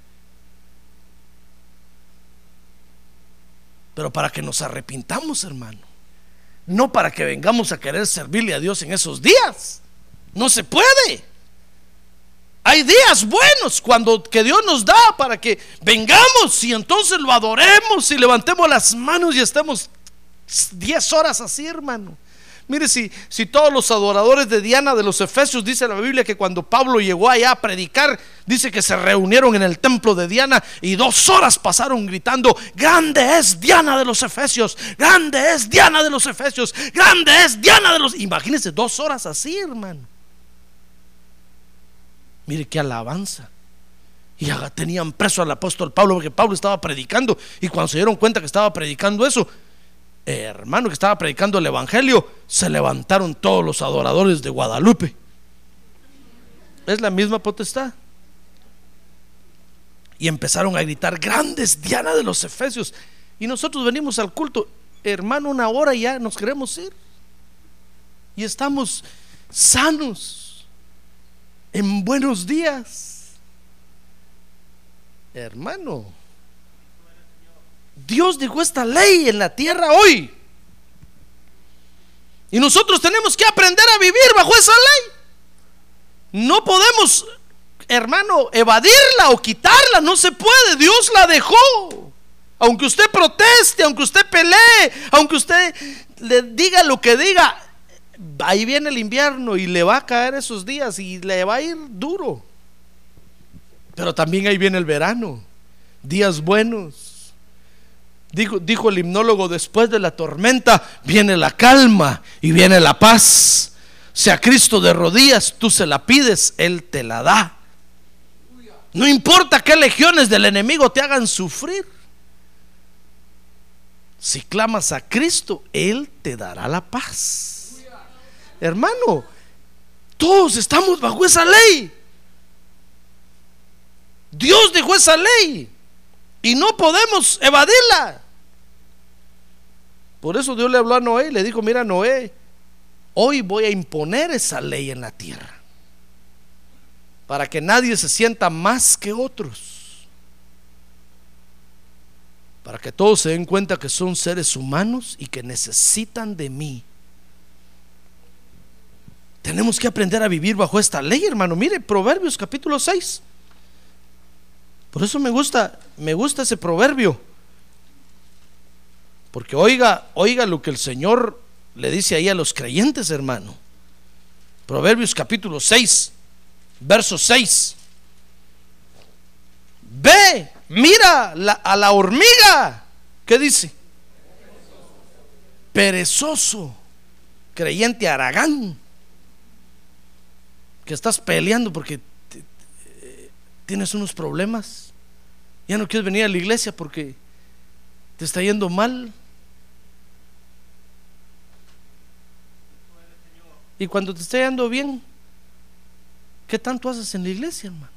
pero para que nos arrepintamos, hermano, no para que vengamos a querer servirle a Dios en esos días. No se puede. Hay días buenos cuando que Dios nos da para que vengamos y entonces lo adoremos y levantemos las manos y estemos diez horas así, hermano. Mire, si, si todos los adoradores de Diana de los Efesios, dice la Biblia que cuando Pablo llegó allá a predicar, dice que se reunieron en el templo de Diana y dos horas pasaron gritando: grande es Diana de los Efesios, grande es Diana de los Efesios, grande es Diana de los... Imagínense dos horas así, hermano. Mire qué alabanza. Y ya tenían preso al apóstol Pablo porque Pablo estaba predicando, y cuando se dieron cuenta que estaba predicando eso, eh, hermano, que estaba predicando el evangelio, se levantaron todos los adoradores de Guadalupe. Es la misma potestad. Y empezaron a gritar: grandes Diana de los Efesios. Y nosotros venimos al culto, hermano, una hora y ya nos queremos ir. Y estamos sanos, en buenos días, hermano. Dios dejó esta ley en la tierra hoy Y nosotros tenemos que aprender a vivir bajo esa ley. No podemos, hermano, evadirla o quitarla. No se puede. Dios la dejó. Aunque usted proteste, aunque usted pelee, aunque usted le diga lo que diga, ahí viene el invierno y le va a caer esos días y le va a ir duro. Pero también ahí viene el verano, días buenos. Dijo, dijo el himnólogo: después de la tormenta viene la calma y viene la paz. Si a Cristo de rodillas tú se la pides, Él te la da. No importa qué legiones del enemigo te hagan sufrir, si clamas a Cristo, Él te dará la paz. Hermano, todos estamos bajo esa ley. Dios dejó esa ley y no podemos evadirla. Por eso Dios le habló a Noé y le dijo: mira, Noé, hoy voy a imponer esa ley en la tierra, para que nadie se sienta más que otros, para que todos se den cuenta que son seres humanos y que necesitan de mí. Tenemos que aprender a vivir bajo esta ley, hermano. Mire, Proverbios capítulo seis. Por eso me gusta, me gusta ese proverbio, porque oiga, oiga lo que el Señor le dice ahí a los creyentes, hermano. Proverbios capítulo seis, verso seis. Ve, mira la, a la hormiga. ¿Qué dice? Perezoso, creyente haragán, que estás peleando porque te, te, tienes unos problemas. Ya no quieres venir a la iglesia porque te está yendo mal. Y cuando te está yendo bien, ¿qué tanto haces en la iglesia, hermano?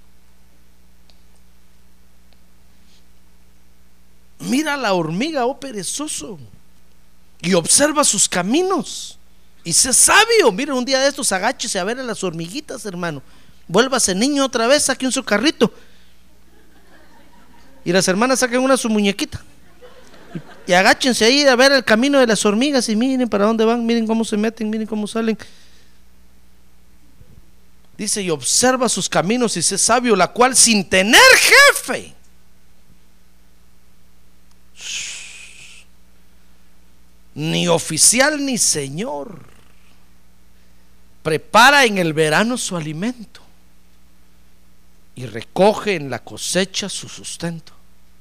Mira a la hormiga, oh perezoso, y observa sus caminos y sé sabio. Mira, un día de estos agáchese a ver a las hormiguitas, hermano. Vuélvase niño otra vez, saque un su carrito y las hermanas saquen una su muñequita y, y agáchense ahí a ver el camino de las hormigas y miren para dónde van, miren cómo se meten, miren cómo salen. Dice: y observa sus caminos y sé sabio, la cual sin tener jefe, ni oficial ni señor, prepara en el verano su alimento y recoge en la cosecha su sustento.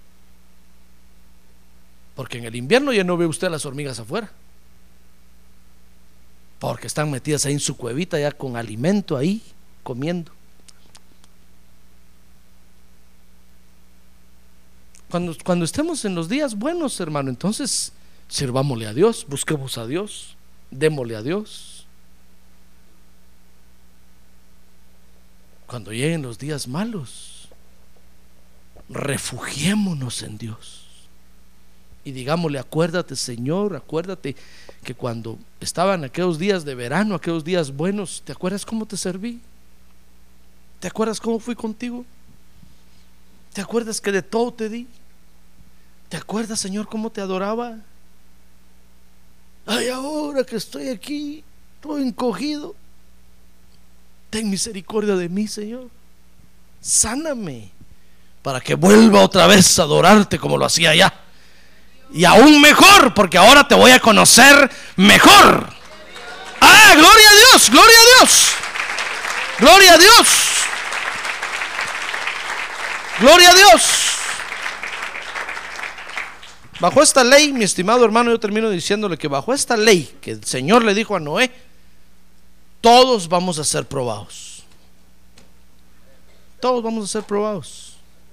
Porque en el invierno ya no ve usted a las hormigas afuera, porque están metidas ahí en su cuevita ya con alimento ahí comiendo. Cuando, cuando estemos en los días buenos, hermano, entonces sirvámosle a Dios, busquemos a Dios, démosle a Dios. Cuando lleguen los días malos, refugiémonos en Dios y digámosle: acuérdate, Señor, acuérdate que cuando estaban aquellos días de verano, aquellos días buenos, ¿te acuerdas cómo te serví? ¿Te acuerdas cómo fui contigo? ¿Te acuerdas que de todo te di? ¿Te acuerdas, Señor, cómo te adoraba? Ay, ahora que estoy aquí todo encogido, ten misericordia de mí, Señor. Sáname para que vuelva otra vez a adorarte como lo hacía allá, y aún mejor, porque ahora te voy a conocer mejor. Ah, gloria a Dios, gloria a Dios, gloria a Dios, gloria a Dios. Bajo esta ley, mi estimado hermano, yo termino diciéndole que bajo esta ley que el Señor le dijo a Noé, todos vamos a ser probados. Todos vamos a ser probados.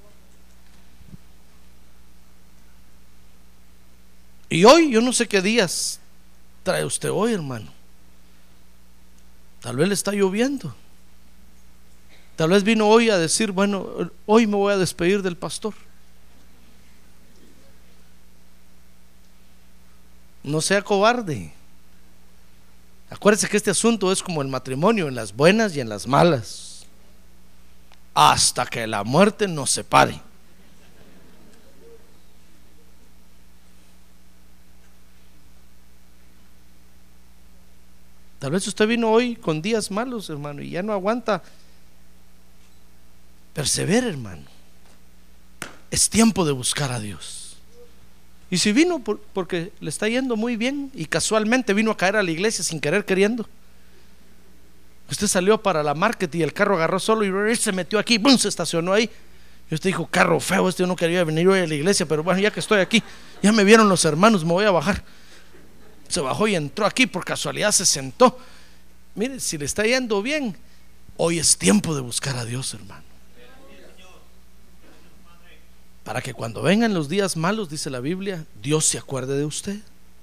Y hoy, yo no sé qué días trae usted hoy, hermano. Tal vez le está lloviendo. Tal vez vino hoy a decir: bueno, hoy me voy a despedir del pastor. No sea cobarde. Acuérdese que este asunto es como el matrimonio, en las buenas y en las malas, hasta que la muerte nos separe. Tal vez usted vino hoy con días malos, hermano, y ya no aguanta. Persevere, hermano. Es tiempo de buscar a Dios. Y si vino por, porque le está yendo muy bien y casualmente vino a caer a la iglesia sin querer queriendo, usted salió para la market y el carro agarró solo y él se metió aquí, ¡bum!, se estacionó ahí. Y usted dijo, carro feo, este yo no quería venir hoy a la iglesia, pero bueno, ya que estoy aquí, ya me vieron los hermanos, me voy a bajar. Se bajó y entró aquí, por casualidad se sentó. Mire, si le está yendo bien, hoy es tiempo de buscar a Dios, hermano, para que cuando vengan los días malos, dice la Biblia, Dios se acuerde de usted.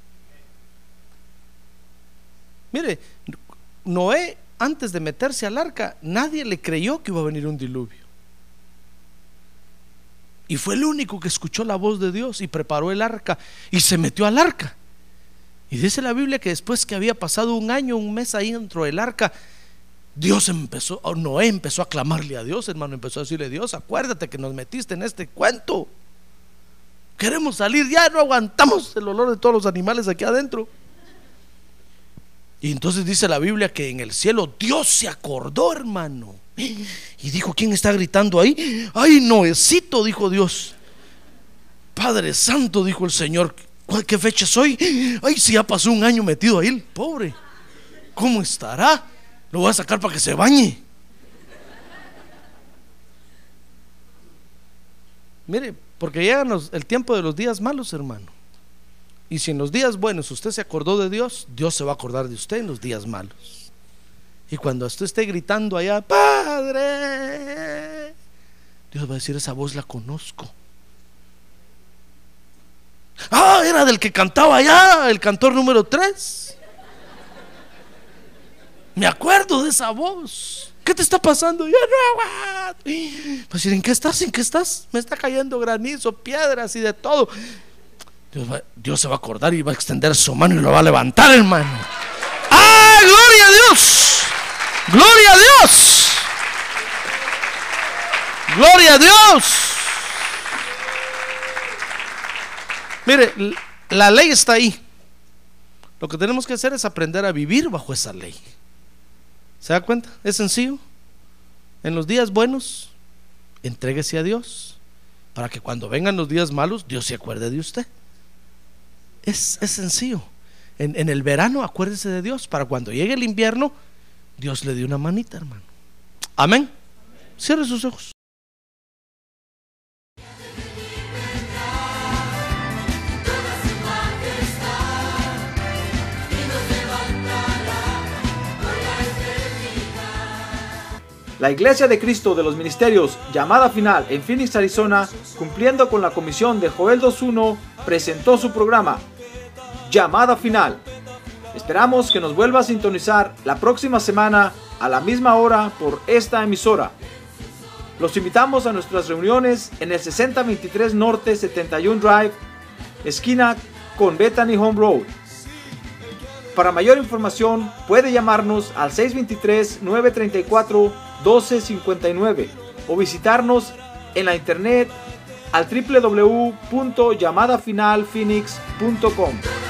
Mire, Noé, antes de meterse al arca, nadie le creyó que iba a venir un diluvio, y fue el único que escuchó la voz de Dios y preparó el arca y se metió al arca. Y dice la Biblia que después que había pasado un año, un mes ahí dentro del arca, Dios empezó, Noé empezó a clamarle a Dios, hermano, empezó a decirle, Dios, acuérdate que nos metiste en este cuento, queremos salir, ya no aguantamos el olor de todos los animales aquí adentro. Y entonces dice la Biblia que en el cielo Dios se acordó, hermano, y dijo, ¿quién está gritando ahí? Ay, Noecito, dijo Dios. Padre Santo, dijo el Señor, ¿qué fecha es hoy? Ay, si ya pasó un año metido ahí, el pobre, ¿cómo estará? Lo voy a sacar para que se bañe. Mire, porque llega el tiempo de los días malos, hermano. Y si en los días buenos usted se acordó de Dios, Dios se va a acordar de usted en los días malos. Y cuando usted esté gritando allá, Padre, Dios va a decir, esa voz la conozco. Ah, era del que cantaba allá, el cantor número tres. Me acuerdo de esa voz. ¿Qué te está pasando? Ya no aguanto. Pues, ¿en qué estás? ¿En qué estás? Me está cayendo granizo, piedras y de todo. Dios, va, Dios se va a acordar y va a extender su mano y lo va a levantar, hermano. ¡Ah, gloria a Dios! ¡Gloria a Dios! ¡Gloria a Dios! Mire, la ley está ahí. Lo que tenemos que hacer es aprender a vivir bajo esa ley. ¿Se da cuenta? Es sencillo. En los días buenos, entréguese a Dios, para que cuando vengan los días malos, Dios se acuerde de usted. Es, es sencillo. En, en el verano, acuérdese de Dios, para cuando llegue el invierno, Dios le dé una manita, hermano. Amén. Cierre sus ojos. La Iglesia de Cristo de los Ministerios Llamada Final en Phoenix, Arizona, cumpliendo con la comisión de Joel dos uno, presentó su programa Llamada Final. Esperamos que nos vuelva a sintonizar la próxima semana a la misma hora por esta emisora. Los invitamos a nuestras reuniones en el sesenta veintitrés Norte setenta y uno Drive, esquina con Bethany Home Road. Para mayor información puede llamarnos al seis dos tres, nueve tres cuatro, uno dos cinco nueve o visitarnos en la internet al w w w punto llamada final phoenix punto com.